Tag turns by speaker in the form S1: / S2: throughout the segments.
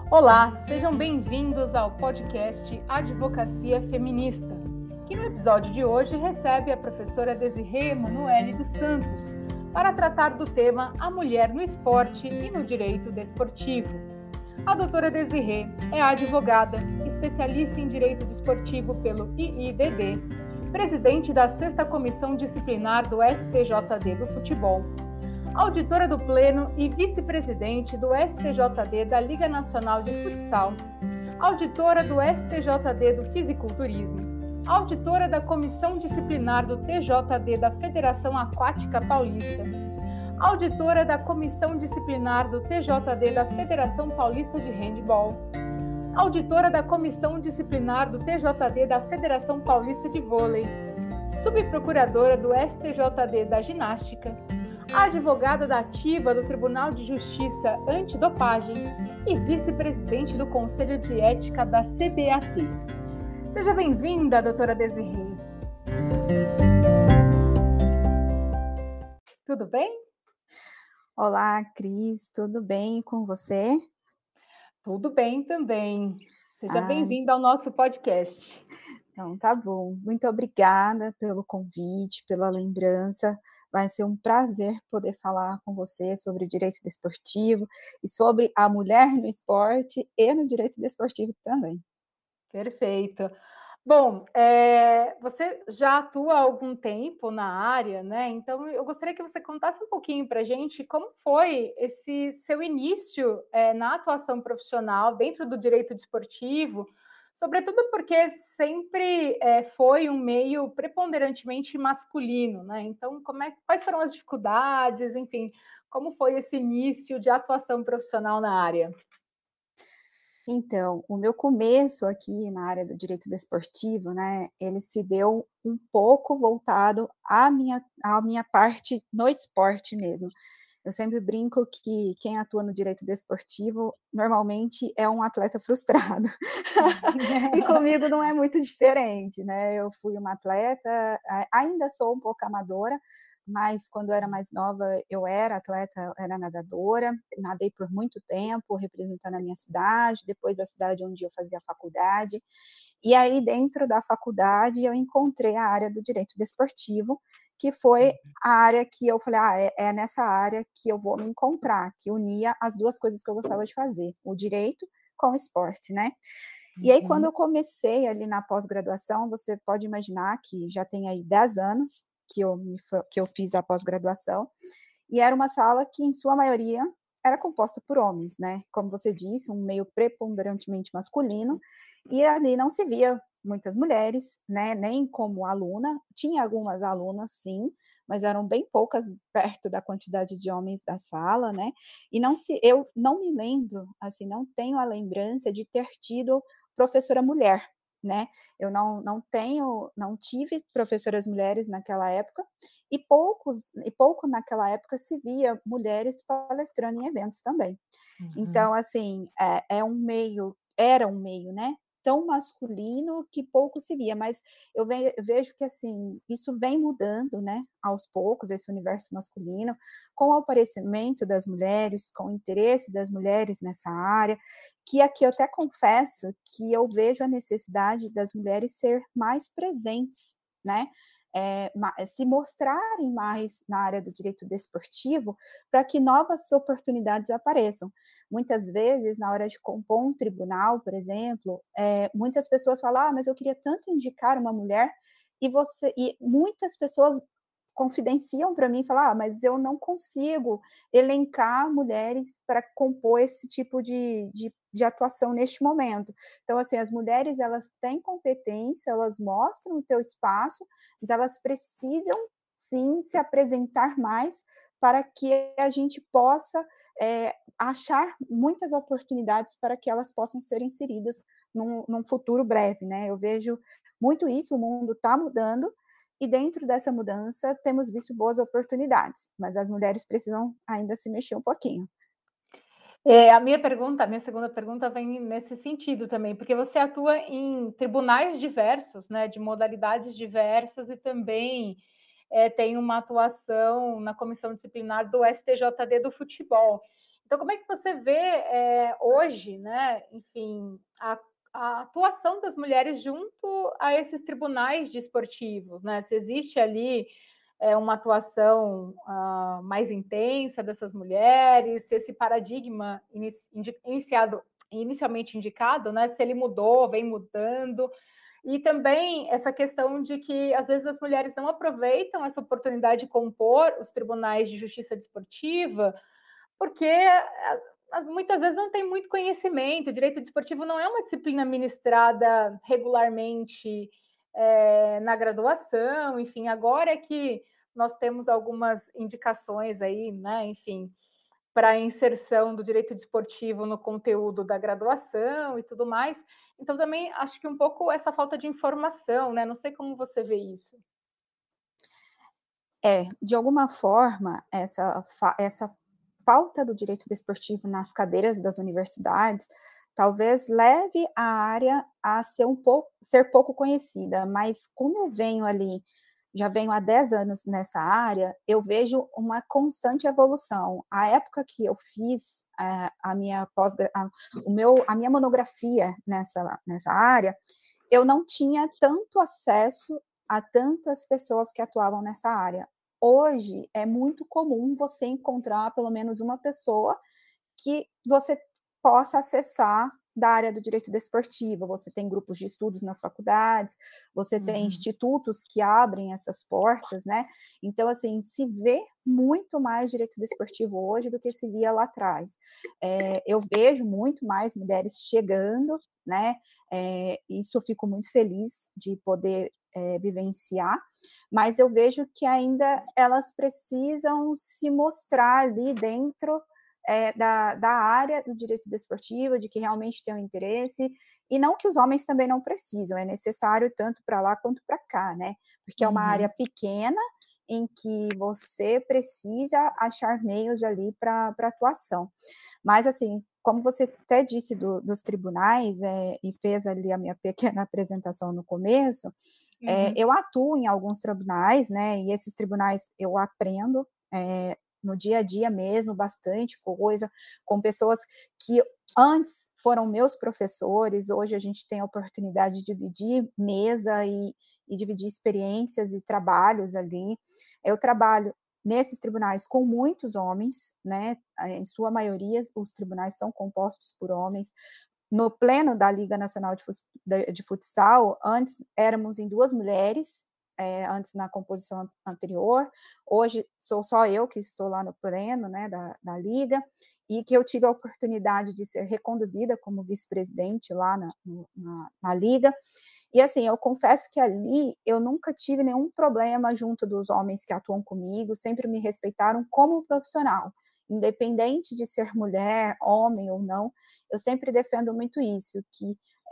S1: Olá, sejam bem-vindos ao podcast Advocacia Feminista, que no episódio de hoje recebe a professora Desirê Emanuele dos Santos para tratar do tema A Mulher no Esporte e no Direito Desportivo. A doutora Desirê é advogada, especialista em Direito Desportivo pelo IIDD, presidente da 6ª Comissão Disciplinar do STJD do Futebol, auditora do Pleno e vice-presidente do STJD da Liga Nacional de Futsal, auditora do STJD do Fisiculturismo, auditora da Comissão Disciplinar do TJD da Federação Aquática Paulista, auditora da Comissão Disciplinar do TJD da Federação Paulista de Handebol, auditora da Comissão Disciplinar do TJD da Federação Paulista de Vôlei, subprocuradora do STJD da Ginástica, advogada da ativa do Tribunal de Justiça Antidopagem e vice-presidente do Conselho de Ética da CBAT. Seja bem-vinda, doutora Desirê. Tudo bem?
S2: Olá, Cris, tudo bem com você?
S1: Tudo bem também. Seja bem-vinda ao nosso podcast.
S2: Então, tá bom. Muito obrigada pelo convite, pela lembrança. Vai ser um prazer poder falar com você sobre o direito desportivo e sobre a mulher no esporte e no direito desportivo também.
S1: Perfeito. Bom, você já atua há algum tempo na área, né? Então, eu gostaria que você contasse um pouquinho para a gente como foi esse seu início na atuação profissional dentro do direito desportivo, sobretudo porque sempre foi um meio preponderantemente masculino, né? Então, quais foram as dificuldades, enfim, como foi esse início de atuação profissional na área?
S2: Então, o meu começo aqui na área do direito desportivo, né, ele se deu um pouco voltado à minha parte no esporte mesmo. Eu sempre brinco que quem atua no direito desportivo normalmente é um atleta frustrado. E comigo não é muito diferente, né? Eu fui uma atleta, ainda sou um pouco amadora, mas quando eu era mais nova eu era atleta, eu era nadadora, nadei por muito tempo representando a minha cidade, depois a cidade onde eu fazia faculdade. E aí dentro da faculdade eu encontrei a área do direito desportivo, que foi a área que eu falei, é nessa área que eu vou me encontrar, que unia as duas coisas que eu gostava de fazer, o direito com o esporte, né? E aí, quando eu comecei ali na pós-graduação, você pode imaginar que já tem aí 10 anos que eu fiz a pós-graduação, e era uma sala que, em sua maioria, era composta por homens, né? Como você disse, um meio preponderantemente masculino, e ali não se via muitas mulheres, né? Nem como aluna, tinha algumas alunas, sim, mas eram bem poucas perto da quantidade de homens da sala, né? E eu não me lembro, assim, não tenho a lembrança de ter tido professora mulher, né? Eu não tive professoras mulheres naquela época, e pouco naquela época se via mulheres palestrando em eventos também. Então, assim, era um meio, né, tão masculino que pouco se via, mas vejo que, assim, isso vem mudando, né, aos poucos, esse universo masculino, com o aparecimento das mulheres, com o interesse das mulheres nessa área, que aqui eu até confesso que eu vejo a necessidade das mulheres ser mais presentes, né, se mostrarem mais na área do direito desportivo, para que novas oportunidades apareçam. Muitas vezes, na hora de compor um tribunal, por exemplo, muitas pessoas falam, mas eu queria tanto indicar uma mulher, e muitas pessoas confidenciam para mim e falam, mas eu não consigo elencar mulheres para compor esse tipo de atuação neste momento. Então, assim, as mulheres, elas têm competência, elas mostram o teu espaço, mas elas precisam, sim, se apresentar mais para que a gente possa achar muitas oportunidades para que elas possam ser inseridas num futuro breve, né? Eu vejo muito isso, o mundo está mudando, e dentro dessa mudança temos visto boas oportunidades, mas as mulheres precisam ainda se mexer um pouquinho.
S1: A minha segunda pergunta vem nesse sentido também, porque você atua em tribunais diversos, né, de modalidades diversas e também tem uma atuação na comissão disciplinar do STJD do futebol. Então, como é que você vê hoje, né, enfim, a atuação das mulheres junto a esses tribunais desportivos, né? Se existe ali uma atuação mais intensa dessas mulheres, se esse paradigma inicialmente indicado, né, se ele mudou, vem mudando, e também essa questão de que às vezes as mulheres não aproveitam essa oportunidade de compor os tribunais de justiça desportiva, porque muitas vezes não tem muito conhecimento. O direito desportivo não é uma disciplina ministrada regularmente na graduação, enfim, agora é que nós temos algumas indicações aí, né, enfim, para a inserção do direito desportivo no conteúdo da graduação e tudo mais. Então, também acho que um pouco essa falta de informação, né? Não sei como você vê isso.
S2: De alguma forma, essa falta do direito desportivo nas cadeiras das universidades, talvez leve a área a ser pouco conhecida, mas como eu já venho há 10 anos nessa área, eu vejo uma constante evolução. A época que eu fiz a minha a minha monografia nessa área, eu não tinha tanto acesso a tantas pessoas que atuavam nessa área. Hoje é muito comum você encontrar pelo menos uma pessoa que você possa acessar da área do direito desportivo. Você tem grupos de estudos nas faculdades, você tem institutos que abrem essas portas, né? Então, assim, se vê muito mais direito desportivo hoje do que se via lá atrás. Eu vejo muito mais mulheres chegando, né? Isso eu fico muito feliz de poder vivenciar, mas eu vejo que ainda elas precisam se mostrar ali dentro da área do direito desportivo, de que realmente tem um interesse, e não que os homens também não precisam, é necessário tanto para lá quanto para cá, né? Porque é uma área pequena em que você precisa achar meios ali para atuação. Mas, assim, como você até disse dos tribunais, e fez ali a minha pequena apresentação no começo, eu atuo em alguns tribunais, né? E esses tribunais eu aprendo no dia a dia mesmo, bastante coisa, com pessoas que antes foram meus professores, hoje a gente tem a oportunidade de dividir mesa e dividir experiências e trabalhos ali. Eu trabalho nesses tribunais com muitos homens, né? Em sua maioria, os tribunais são compostos por homens. No pleno da Liga Nacional de Futsal, antes éramos em 2 mulheres, antes na composição anterior, hoje sou só eu que estou lá no pleno, né, da Liga, e que eu tive a oportunidade de ser reconduzida como vice-presidente lá na Liga, e assim, eu confesso que ali eu nunca tive nenhum problema junto dos homens que atuam comigo, sempre me respeitaram como profissional, independente de ser mulher, homem ou não, eu sempre defendo muito isso, que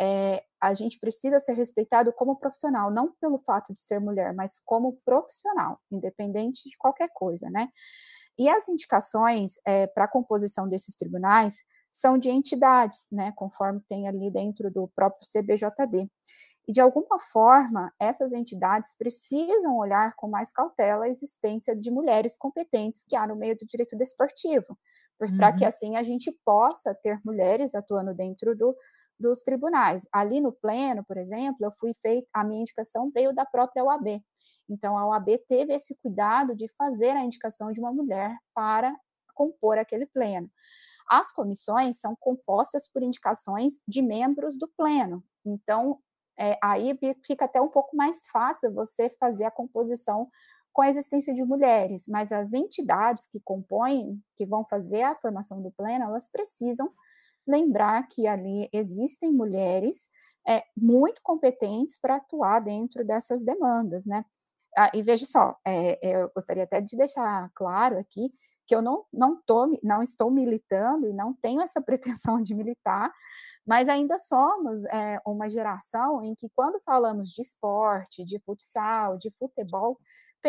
S2: a gente precisa ser respeitado como profissional, não pelo fato de ser mulher, mas como profissional, independente de qualquer coisa, né? E as indicações para a composição desses tribunais são de entidades, né, conforme tem ali dentro do próprio CBJD. E, de alguma forma, essas entidades precisam olhar com mais cautela a existência de mulheres competentes que há no meio do direito desportivo, para que assim a gente possa ter mulheres atuando dentro dos tribunais. Ali no pleno, por exemplo, a minha indicação veio da própria OAB. Então, a OAB teve esse cuidado de fazer a indicação de uma mulher para compor aquele pleno. As comissões são compostas por indicações de membros do pleno. Então, aí fica até um pouco mais fácil você fazer a composição com a existência de mulheres, mas as entidades que compõem, que vão fazer a formação do pleno, elas precisam lembrar que ali existem mulheres muito competentes para atuar dentro dessas demandas, né? E veja só, eu gostaria até de deixar claro aqui que eu não estou militando e não tenho essa pretensão de militar, mas ainda somos uma geração em que, quando falamos de esporte, de futsal, de futebol,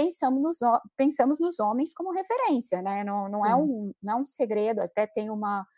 S2: pensamos nos homens como referência, né? Não é um segredo, até tem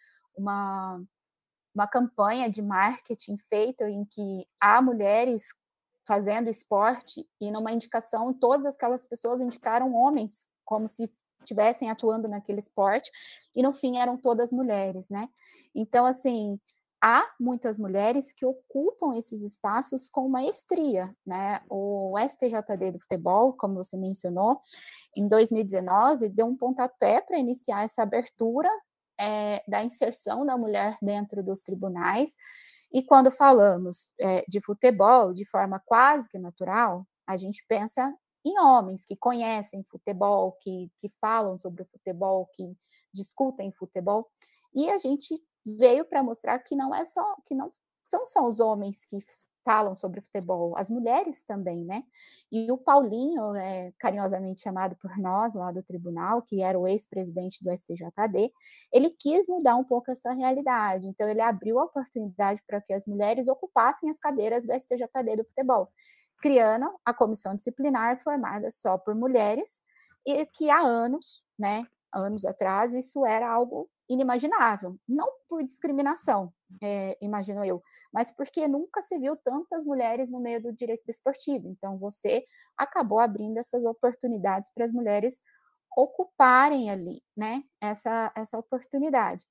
S2: uma campanha de marketing feita em que há mulheres fazendo esporte e numa indicação, todas aquelas pessoas indicaram homens, como se estivessem atuando naquele esporte, e no fim eram todas mulheres, né? Então, assim, há muitas mulheres que ocupam esses espaços com maestria, né? O STJD do futebol, como você mencionou, em 2019, deu um pontapé para iniciar essa abertura da inserção da mulher dentro dos tribunais. E quando falamos de futebol de forma quase que natural, a gente pensa em homens que conhecem futebol, que falam sobre o futebol, que discutem futebol. E a gente veio para mostrar que não é só, que não são só os homens que falam sobre futebol, as mulheres também, né? E o Paulinho, carinhosamente chamado por nós lá do tribunal, que era o ex-presidente do STJD, ele quis mudar um pouco essa realidade. Então, ele abriu a oportunidade para que as mulheres ocupassem as cadeiras do STJD do futebol, criando a comissão disciplinar formada só por mulheres, e que há anos, né, anos atrás, isso era algo inimaginável, não por discriminação, imagino eu, mas porque nunca se viu tantas mulheres no meio do direito desportivo. Então, você acabou abrindo essas oportunidades para as mulheres ocuparem ali, né, essa oportunidade.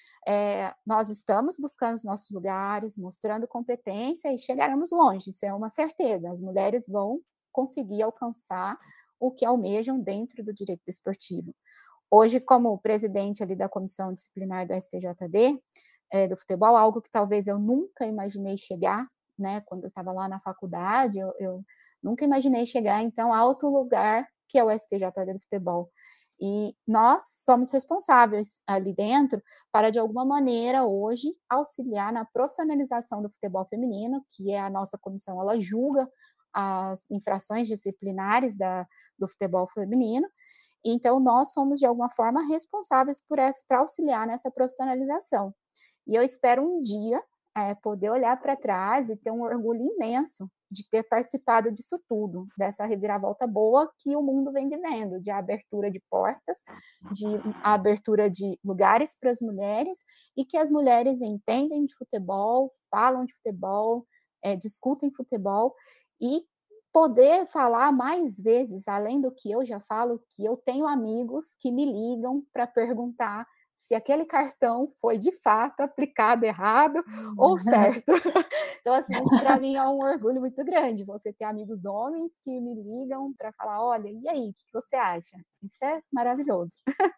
S2: Nós estamos buscando os nossos lugares, mostrando competência e chegaremos longe, isso é uma certeza. As mulheres vão conseguir alcançar o que almejam dentro do direito desportivo. Hoje, como presidente ali da comissão disciplinar do STJD, do futebol, algo que talvez eu nunca imaginei chegar, né, quando eu estava lá na faculdade, eu nunca imaginei chegar em tão alto lugar que é o STJD do futebol. E nós somos responsáveis ali dentro para, de alguma maneira, hoje, auxiliar na profissionalização do futebol feminino, que é a nossa comissão, ela julga as infrações disciplinares do futebol feminino. Então, nós somos, de alguma forma, responsáveis para auxiliar nessa profissionalização. E eu espero um dia poder olhar para trás e ter um orgulho imenso de ter participado disso tudo, dessa reviravolta boa que o mundo vem vivendo, de abertura de portas, de abertura de lugares para as mulheres, e que as mulheres entendem de futebol, falam de futebol, discutem futebol, e poder falar mais vezes, além do que eu já falo, que eu tenho amigos que me ligam para perguntar se aquele cartão foi de fato aplicado errado ou certo. Então, assim, isso para mim é um orgulho muito grande, você ter amigos homens que me ligam para falar, olha, e aí, o que você acha? Isso é maravilhoso.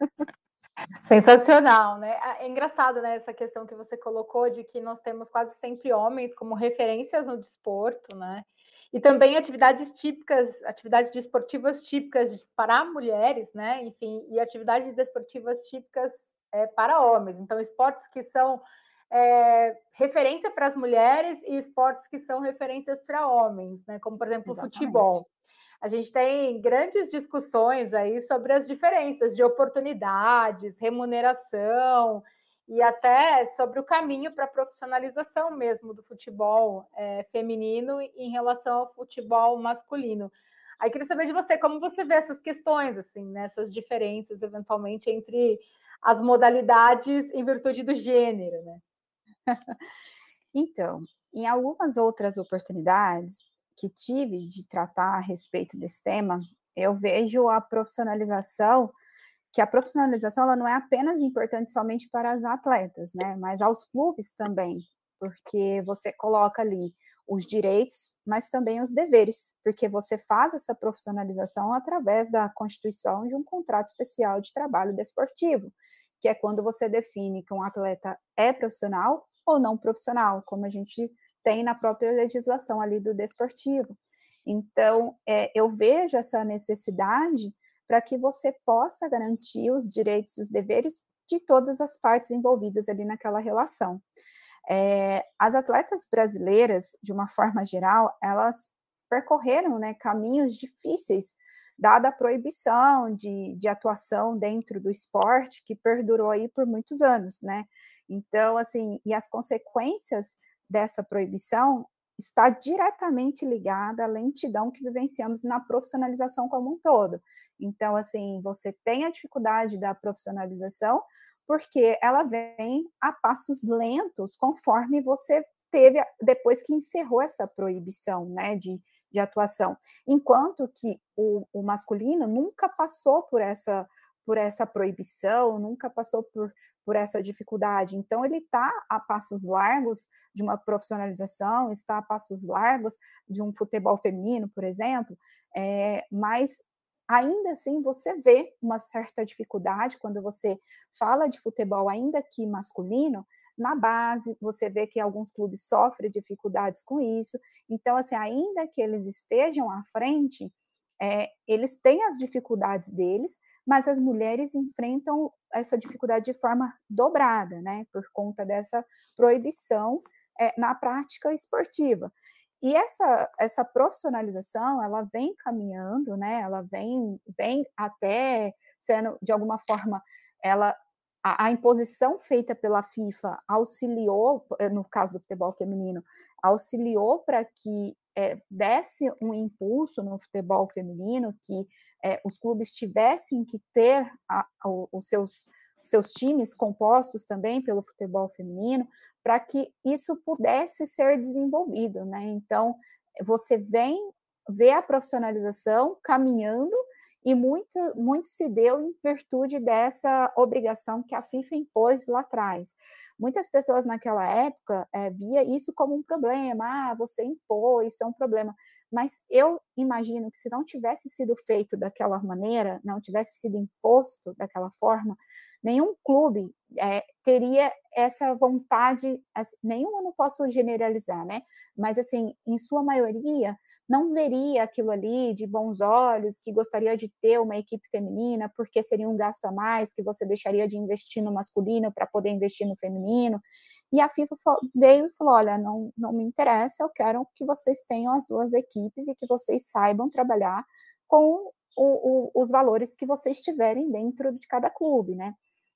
S1: Sensacional, né? É engraçado, né, essa questão que você colocou de que nós temos quase sempre homens como referências no desporto, né? E também atividades típicas, atividades desportivas típicas para mulheres, né? Enfim, e atividades desportivas típicas para homens. Então, esportes que são referência para as mulheres e esportes que são referências para homens, né? Como, por exemplo, o futebol. A gente tem grandes discussões aí sobre as diferenças de oportunidades, remuneração e até sobre o caminho para a profissionalização mesmo do futebol feminino em relação ao futebol masculino. Aí queria saber de você, como você vê essas questões, assim, né, essas diferenças, eventualmente, entre as modalidades em virtude do gênero, né?
S2: Então, em algumas outras oportunidades que tive de tratar a respeito desse tema, eu vejo a profissionalização, que a profissionalização ela não é apenas importante somente para as atletas, né, mas aos clubes também, porque você coloca ali os direitos, mas também os deveres, porque você faz essa profissionalização através da constituição de um contrato especial de trabalho desportivo, que é quando você define que um atleta é profissional ou não profissional, como a gente tem na própria legislação ali do desportivo. Então, eu vejo essa necessidade para que você possa garantir os direitos e os deveres de todas as partes envolvidas ali naquela relação. As atletas brasileiras, de uma forma geral, elas percorreram, né, caminhos difíceis, dada a proibição de atuação dentro do esporte, que perdurou aí por muitos anos, né? Então, assim, e as consequências dessa proibição está diretamente ligada à lentidão que vivenciamos na profissionalização como um todo. Então, assim, você tem a dificuldade da profissionalização, porque ela vem a passos lentos, conforme você teve, depois que encerrou essa proibição, né, de atuação. Enquanto que o masculino nunca passou por por essa proibição, nunca passou por essa dificuldade. Então, ele está a passos largos de uma profissionalização, está a passos largos de um futebol feminino, por exemplo, mas ainda assim você vê uma certa dificuldade quando você fala de futebol, ainda que masculino, na base, você vê que alguns clubes sofrem dificuldades com isso. Então, assim, ainda que eles estejam à frente, eles têm as dificuldades deles, mas as mulheres enfrentam essa dificuldade de forma dobrada, né, por conta dessa proibição na prática esportiva. E essa profissionalização, ela vem caminhando, né, ela vem até sendo, de alguma forma, ela a imposição feita pela FIFA auxiliou, no caso do futebol feminino, auxiliou para que desse um impulso no futebol feminino, que os clubes tivessem que ter os seus times compostos também pelo futebol feminino, para que isso pudesse ser desenvolvido, né? Então, você vê a profissionalização caminhando e muito se deu em virtude dessa obrigação que a FIFA impôs lá atrás. Muitas pessoas naquela época via isso como um problema, você impôs, isso é um problema. Mas eu imagino que se não tivesse sido feito daquela maneira, não tivesse sido imposto daquela forma, nenhum clube teria essa vontade, nenhum eu não posso generalizar, né? Mas, assim, em sua maioria, não veria aquilo ali de bons olhos, que gostaria de ter uma equipe feminina, porque seria um gasto a mais, que você deixaria de investir no masculino para poder investir no feminino. E a FIFA veio e falou: olha, não me interessa, eu quero que vocês tenham as duas equipes e que vocês saibam trabalhar com os valores que vocês tiverem dentro de cada clube, né?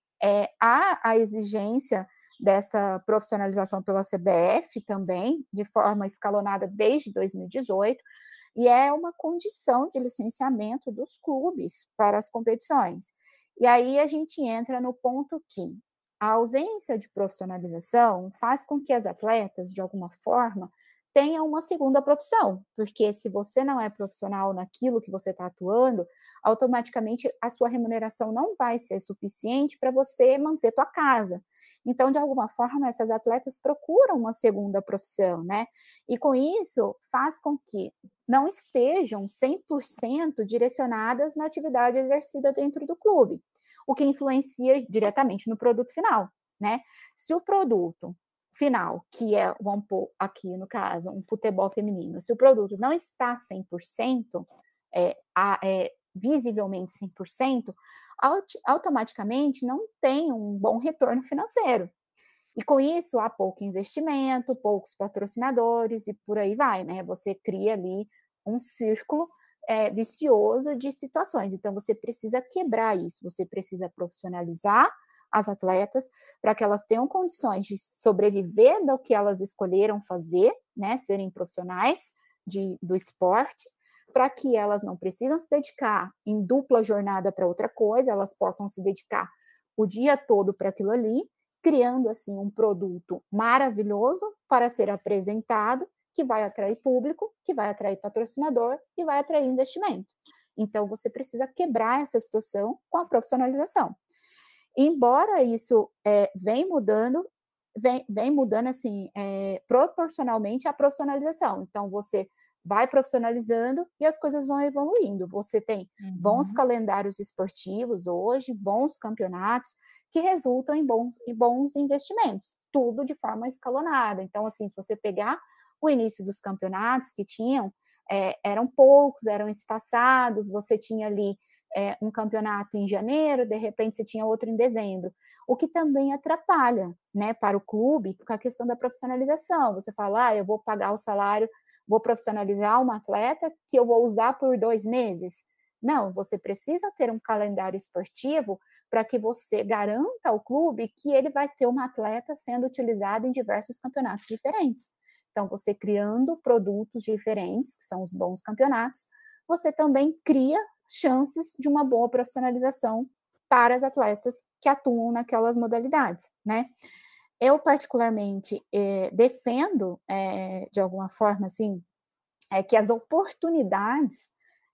S2: Há a exigência dessa profissionalização pela CBF também, de forma escalonada desde 2018, e é uma condição de licenciamento dos clubes para as competições. E aí a gente entra no ponto que a ausência de profissionalização faz com que as atletas, de alguma forma, tenham uma segunda profissão, porque se você não é profissional naquilo que você está atuando, automaticamente a sua remuneração não vai ser suficiente para você manter tua casa. Então, de alguma forma, essas atletas procuram uma segunda profissão, né? E com isso, faz com que não estejam 100% direcionadas na atividade exercida dentro do clube, o que influencia diretamente no produto final, né? Se o produto final, que é, vamos pôr aqui no caso, um futebol feminino, se o produto não está 100%, visivelmente 100%, automaticamente não tem um bom retorno financeiro. E com isso há pouco investimento, poucos patrocinadores e por aí vai, né? Você cria ali um círculo vicioso de situações. Então você precisa quebrar isso, você precisa profissionalizar as atletas para que elas tenham condições de sobreviver do que elas escolheram fazer, né? Serem profissionais do esporte, para que elas não precisam se dedicar em dupla jornada para outra coisa, elas possam se dedicar o dia todo para aquilo ali, criando assim um produto maravilhoso para ser apresentado, que vai atrair público, que vai atrair patrocinador e vai atrair investimentos. Então você precisa quebrar essa situação com a profissionalização. Embora isso vem mudando assim proporcionalmente à profissionalização. Então você vai profissionalizando e as coisas vão evoluindo. Você tem bons calendários esportivos hoje, bons campeonatos, que resultam em bons investimentos, tudo de forma escalonada. Então, assim, se você pegar o início dos campeonatos que tinham, eram poucos, eram espaçados, você tinha ali um campeonato em janeiro, de repente você tinha outro em dezembro, o que também atrapalha, né, para o clube, com a questão da profissionalização. Você fala, eu vou pagar o salário, vou profissionalizar uma atleta que eu vou usar por 2 meses. Não, você precisa ter um calendário esportivo para que você garanta ao clube que ele vai ter uma atleta sendo utilizada em diversos campeonatos diferentes. Então, você criando produtos diferentes, que são os bons campeonatos, você também cria chances de uma boa profissionalização para as atletas que atuam naquelas modalidades, né? Eu, particularmente, defendo, de alguma forma, assim, que as oportunidades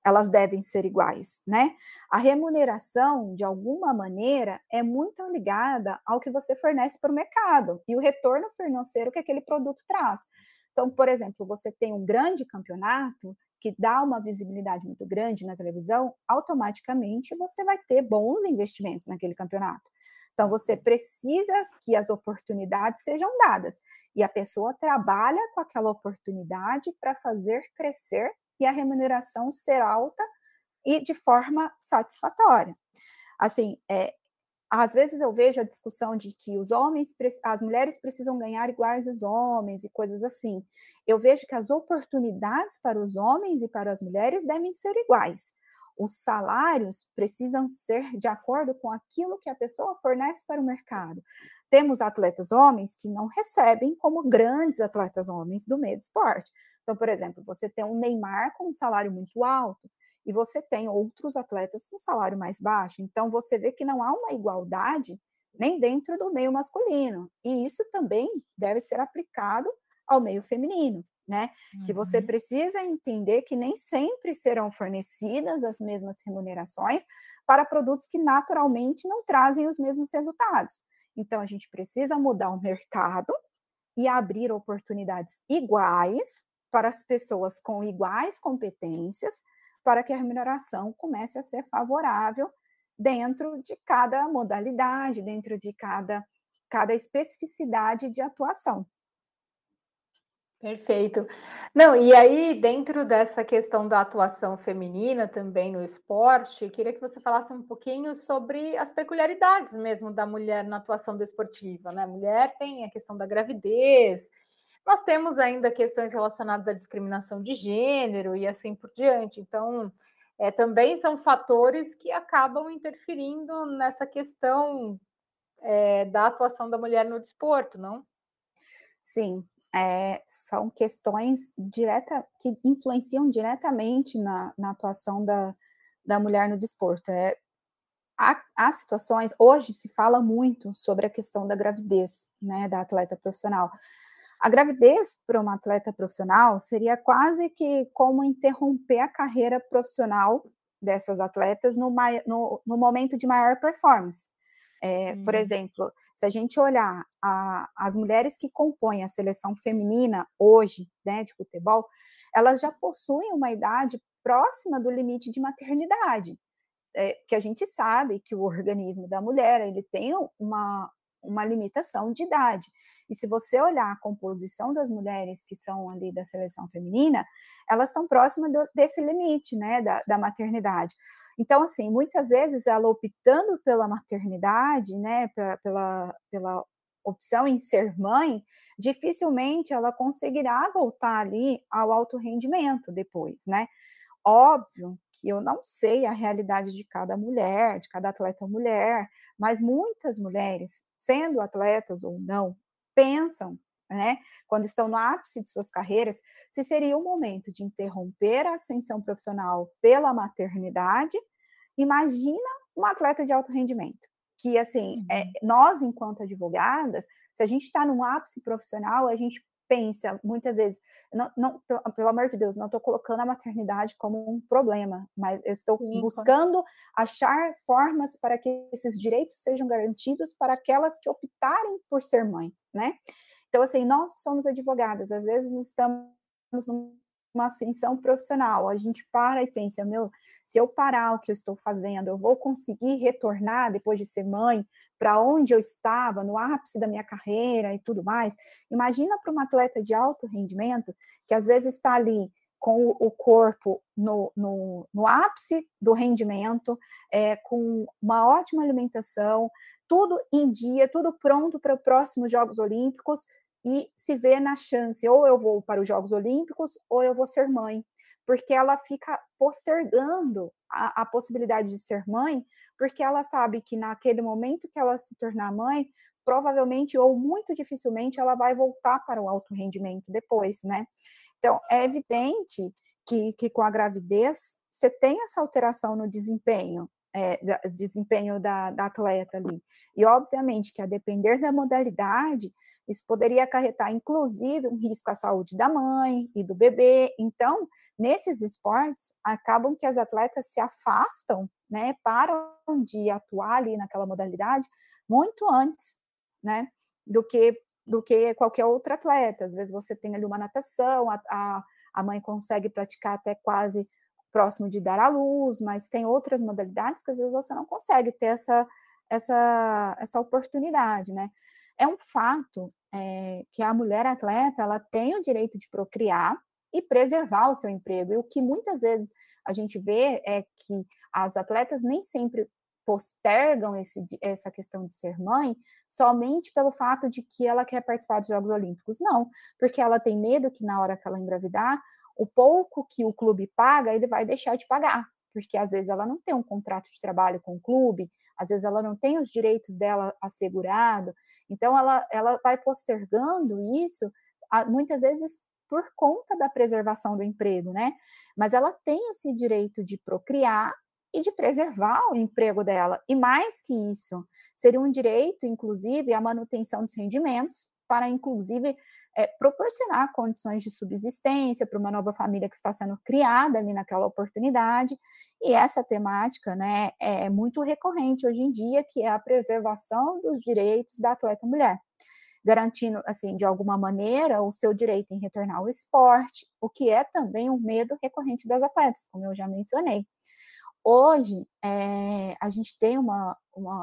S2: elas devem ser iguais, né? A remuneração, de alguma maneira, é muito ligada ao que você fornece para o mercado e o retorno financeiro que aquele produto traz. Então, por exemplo, você tem um grande campeonato que dá uma visibilidade muito grande na televisão, automaticamente você vai ter bons investimentos naquele campeonato. Então, você precisa que as oportunidades sejam dadas e a pessoa trabalha com aquela oportunidade para fazer crescer e a remuneração ser alta e de forma satisfatória. Assim, às vezes eu vejo a discussão de que as mulheres precisam ganhar iguais aos homens e coisas assim. Eu vejo que as oportunidades para os homens e para as mulheres devem ser iguais. Os salários precisam ser de acordo com aquilo que a pessoa fornece para o mercado. Temos atletas homens que não recebem como grandes atletas homens do meio do esporte. Então, por exemplo, você tem um Neymar com um salário muito alto, e você tem outros atletas com salário mais baixo. Então, você vê que não há uma igualdade nem dentro do meio masculino. E isso também deve ser aplicado ao meio feminino, né? Que você precisa entender que nem sempre serão fornecidas as mesmas remunerações para produtos que naturalmente não trazem os mesmos resultados. Então, a gente precisa mudar o mercado e abrir oportunidades iguais para as pessoas com iguais competências, para que a remuneração comece a ser favorável dentro de cada modalidade, dentro de cada especificidade de atuação.
S1: Perfeito. Não, e aí, dentro dessa questão da atuação feminina também no esporte, queria que você falasse um pouquinho sobre as peculiaridades mesmo da mulher na atuação desportiva, né? A mulher tem a questão da gravidez, nós temos ainda questões relacionadas à discriminação de gênero e assim por diante. Então, também são fatores que acabam interferindo nessa questão da atuação da mulher no desporto, não?
S2: Sim, são questões que influenciam diretamente na atuação da mulher no desporto. Há situações, hoje se fala muito sobre a questão da gravidez, né, da atleta profissional. A gravidez para uma atleta profissional seria quase que como interromper a carreira profissional dessas atletas no momento de maior performance. Por exemplo, se a gente olhar as mulheres que compõem a seleção feminina hoje, né, de futebol, elas já possuem uma idade próxima do limite de maternidade. Que a gente sabe que o organismo da mulher ele tem uma limitação de idade. E se você olhar a composição das mulheres que são ali da seleção feminina, elas estão próximas desse limite, né, da maternidade. Então, assim, muitas vezes ela optando pela maternidade, né, pela opção em ser mãe, dificilmente ela conseguirá voltar ali ao alto rendimento depois, né? Óbvio que eu não sei a realidade de cada mulher, de cada atleta mulher, mas muitas mulheres, sendo atletas ou não, pensam, né, quando estão no ápice de suas carreiras, se seria o momento de interromper a ascensão profissional pela maternidade. Imagina uma atleta de alto rendimento, que assim, nós enquanto advogadas, se a gente está no ápice profissional, a gente pensa muitas vezes, pelo amor de Deus, não estou colocando a maternidade como um problema, mas eu estou buscando achar formas para que esses direitos sejam garantidos para aquelas que optarem por ser mãe, né? Então, assim, nós somos advogadas, às vezes estamos numa ascensão profissional, a gente para e pensa, se eu parar o que eu estou fazendo, eu vou conseguir retornar depois de ser mãe para onde eu estava, no ápice da minha carreira e tudo mais. Imagina para uma atleta de alto rendimento, que às vezes está ali com o corpo no ápice do rendimento, com uma ótima alimentação, tudo em dia, tudo pronto para os próximos Jogos Olímpicos, e se vê na chance, ou eu vou para os Jogos Olímpicos, ou eu vou ser mãe, porque ela fica postergando a possibilidade de ser mãe, porque ela sabe que naquele momento que ela se tornar mãe, provavelmente ou muito dificilmente ela vai voltar para o alto rendimento depois, né? Então, é evidente que com a gravidez você tem essa alteração no desempenho. desempenho da atleta ali. E, obviamente, que a depender da modalidade, isso poderia acarretar, inclusive, um risco à saúde da mãe e do bebê. Então, nesses esportes, acabam que as atletas se afastam, né, param de atuar ali naquela modalidade muito antes, né, do que qualquer outro atleta. Às vezes você tem ali uma natação, a mãe consegue praticar até quase próximo de dar à luz, mas tem outras modalidades que às vezes você não consegue ter essa oportunidade, né? É um fato que a mulher atleta, ela tem o direito de procriar e preservar o seu emprego, e o que muitas vezes a gente vê é que as atletas nem sempre postergam essa questão de ser mãe somente pelo fato de que ela quer participar dos Jogos Olímpicos. Não, porque ela tem medo que na hora que ela engravidar, o pouco que o clube paga, ele vai deixar de pagar, porque às vezes ela não tem um contrato de trabalho com o clube, às vezes ela não tem os direitos dela assegurado, então ela vai postergando isso, muitas vezes por conta da preservação do emprego, né? Mas ela tem esse direito de procriar e de preservar o emprego dela. E mais que isso, seria um direito, inclusive, a manutenção dos rendimentos, para, inclusive, proporcionar condições de subsistência para uma nova família que está sendo criada ali naquela oportunidade. E essa temática, né, é muito recorrente hoje em dia, que é a preservação dos direitos da atleta mulher, garantindo, assim, de alguma maneira, o seu direito em retornar ao esporte, o que é também um medo recorrente das atletas, como eu já mencionei. Hoje, a gente tem uma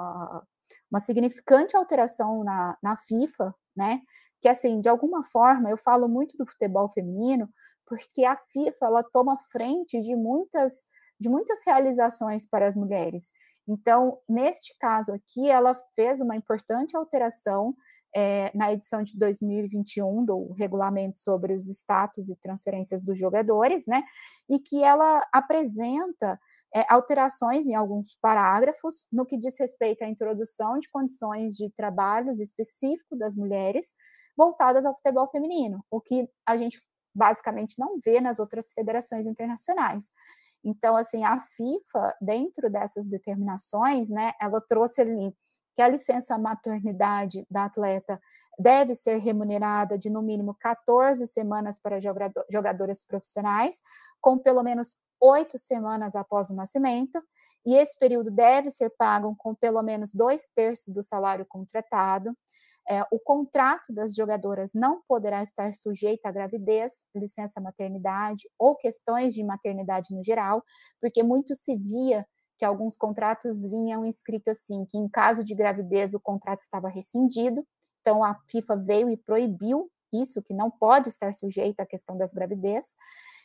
S2: significante alteração na FIFA, né? Que, assim, de alguma forma, eu falo muito do futebol feminino, porque a FIFA, ela toma frente de muitas realizações para as mulheres. Então, neste caso aqui, ela fez uma importante alteração na edição de 2021 do regulamento sobre os status e transferências dos jogadores, né? E que ela apresenta alterações em alguns parágrafos no que diz respeito à introdução de condições de trabalhos específicos das mulheres voltadas ao futebol feminino, o que a gente basicamente não vê nas outras federações internacionais. Então, assim, a FIFA, dentro dessas determinações, né, ela trouxe ali que a licença maternidade da atleta deve ser remunerada de, no mínimo, 14 semanas para jogadoras profissionais, com pelo menos 8 semanas após o nascimento, e esse período deve ser pago com pelo menos 2/3 do salário contratado. O contrato das jogadoras não poderá estar sujeito à gravidez, licença maternidade ou questões de maternidade no geral, porque muito se via que alguns contratos vinham escrito assim, que em caso de gravidez o contrato estava rescindido, então a FIFA veio e proibiu isso, que não pode estar sujeito à questão das gravidez.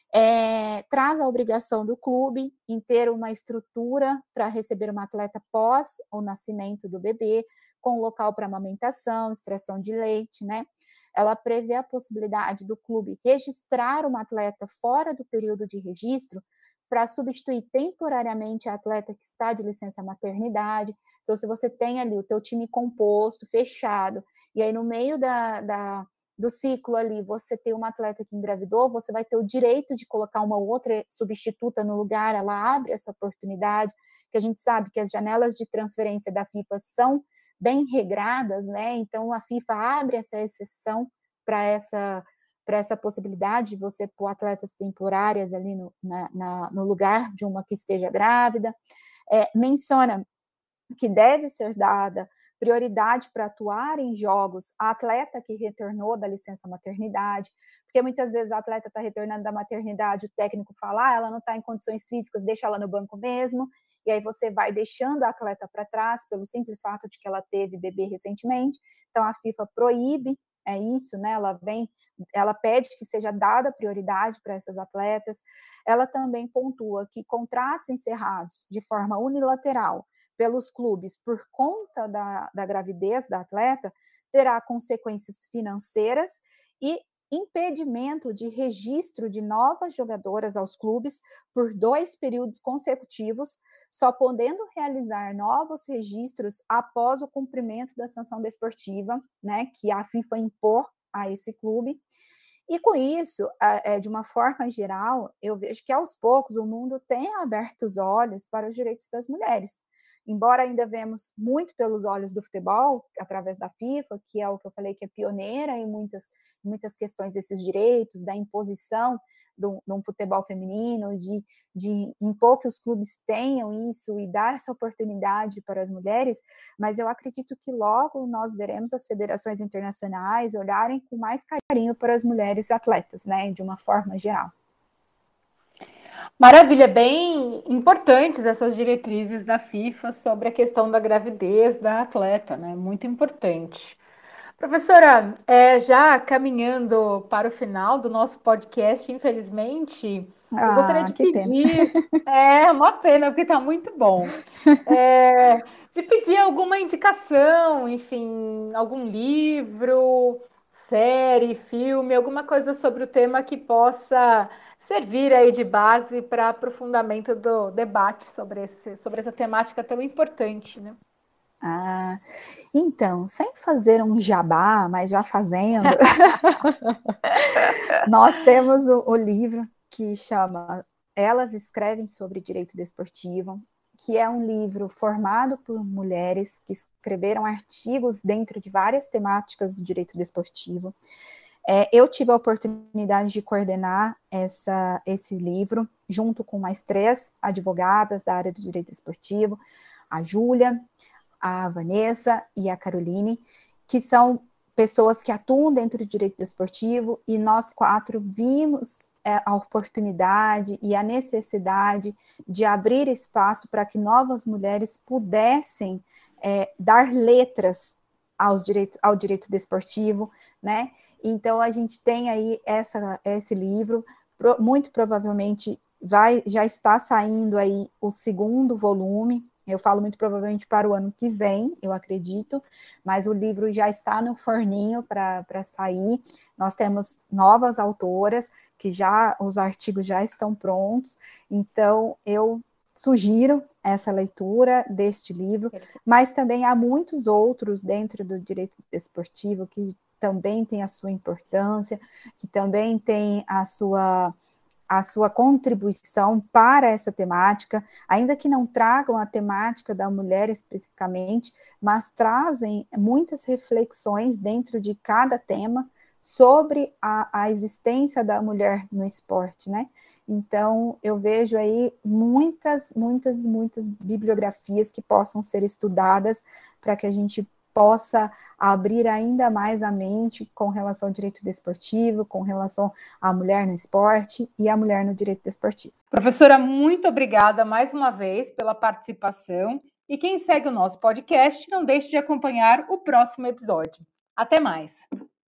S2: Traz a obrigação do clube em ter uma estrutura para receber uma atleta pós o nascimento do bebê, com local para amamentação, extração de leite, né? Ela prevê a possibilidade do clube registrar uma atleta fora do período de registro para substituir temporariamente a atleta que está de licença maternidade. Então, se você tem ali o teu time composto, fechado, e aí no meio do ciclo ali, você tem uma atleta que engravidou, você vai ter o direito de colocar uma outra substituta no lugar, ela abre essa oportunidade, que a gente sabe que as janelas de transferência da FIFA são bem regradas, né? Então, a FIFA abre essa exceção para essa possibilidade de você pôr atletas temporárias ali no lugar de uma que esteja grávida. Menciona que deve ser dada prioridade para atuar em jogos a atleta que retornou da licença maternidade, porque muitas vezes a atleta está retornando da maternidade, o técnico fala, ela não está em condições físicas, deixa ela no banco mesmo, e aí você vai deixando a atleta para trás pelo simples fato de que ela teve bebê recentemente. Então a FIFA proíbe isso, né? Ela pede que seja dada prioridade para essas atletas. Ela também pontua que contratos encerrados de forma unilateral pelos clubes por conta da gravidez da atleta terá consequências financeiras e impedimento de registro de novas jogadoras aos clubes por 2 períodos consecutivos, só podendo realizar novos registros após o cumprimento da sanção desportiva, né, que a FIFA impor a esse clube. E com isso, de uma forma geral, eu vejo que aos poucos o mundo tem aberto os olhos para os direitos das mulheres. Embora ainda vemos muito pelos olhos do futebol, através da FIFA, que é o que eu falei que é pioneira em muitas questões desses direitos, da imposição de um futebol feminino, de impor que os clubes tenham isso e dar essa oportunidade para as mulheres, mas eu acredito que logo nós veremos as federações internacionais olharem com mais carinho para as mulheres atletas, né, de uma forma geral.
S1: Maravilha, bem importantes essas diretrizes da FIFA sobre a questão da gravidez da atleta, né? Muito importante. Professora, já caminhando para o final do nosso podcast, infelizmente, eu gostaria de
S2: Que pena.
S1: pedir, uma pena, porque está muito bom, de pedir alguma indicação, enfim, algum livro, série, filme, alguma coisa sobre o tema que possa servir aí de base para aprofundamento do debate sobre essa temática tão importante, né?
S2: Então, sem fazer um jabá, mas já fazendo, nós temos o livro que chama Elas Escrevem sobre Direito Desportivo, que é um livro formado por mulheres que escreveram artigos dentro de várias temáticas do direito desportivo. Eu tive a oportunidade de coordenar esse livro, junto com mais 3 advogadas da área do direito desportivo, a Júlia, a Vanessa e a Caroline, que são pessoas que atuam dentro do direito desportivo, e nós 4 vimos a oportunidade e a necessidade de abrir espaço para que novas mulheres pudessem dar letras ao direito desportivo, né? Então, a gente tem aí esse livro, muito provavelmente já está saindo aí o 2º volume. Eu falo muito provavelmente para o ano que vem, eu acredito, mas o livro já está no forninho para sair. Nós temos novas autoras, que os artigos já estão prontos, então eu sugiro essa leitura deste livro, mas também há muitos outros dentro do direito desportivo que também tem a sua importância, que também tem a sua contribuição para essa temática, ainda que não tragam a temática da mulher especificamente, mas trazem muitas reflexões dentro de cada tema sobre a existência da mulher no esporte, né? Então, eu vejo aí muitas bibliografias que possam ser estudadas para que a gente possa abrir ainda mais a mente com relação ao direito desportivo, com relação à mulher no esporte e à mulher no direito desportivo.
S1: Professora, muito obrigada mais uma vez pela participação. E quem segue o nosso podcast, não deixe de acompanhar o próximo episódio. Até mais!